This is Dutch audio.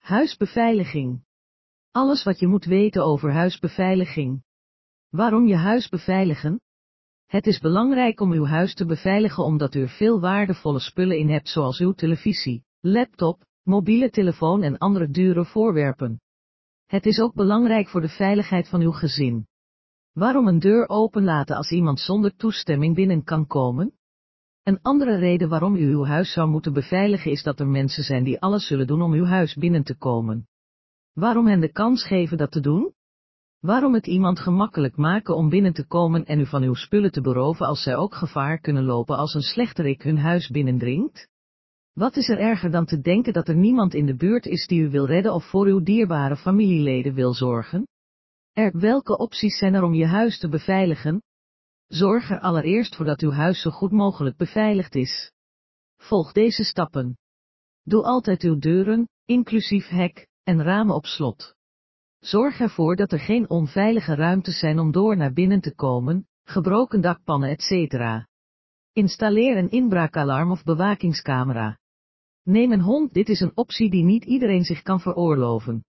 Huisbeveiliging. Alles wat je moet weten over huisbeveiliging. Waarom je huis beveiligen? Het is belangrijk om uw huis te beveiligen omdat u er veel waardevolle spullen in hebt zoals uw televisie, laptop, mobiele telefoon en andere dure voorwerpen. Het is ook belangrijk voor de veiligheid van uw gezin. Waarom een deur openlaten als iemand zonder toestemming binnen kan komen? Een andere reden waarom u uw huis zou moeten beveiligen is dat er mensen zijn die alles zullen doen om uw huis binnen te komen. Waarom hen de kans geven dat te doen? Waarom het iemand gemakkelijk maken om binnen te komen en u van uw spullen te beroven als zij ook gevaar kunnen lopen als een slechterik hun huis binnendringt? Wat is er erger dan te denken dat er niemand in de buurt is die u wil redden of voor uw dierbare familieleden wil zorgen? Welke opties zijn er om je huis te beveiligen? Zorg er allereerst voor dat uw huis zo goed mogelijk beveiligd is. Volg deze stappen. Doe altijd uw deuren, inclusief hek, en ramen op slot. Zorg ervoor dat er geen onveilige ruimtes zijn om door naar binnen te komen, gebroken dakpannen etc. Installeer een inbraakalarm of bewakingscamera. Neem een hond, dit is een optie die niet iedereen zich kan veroorloven.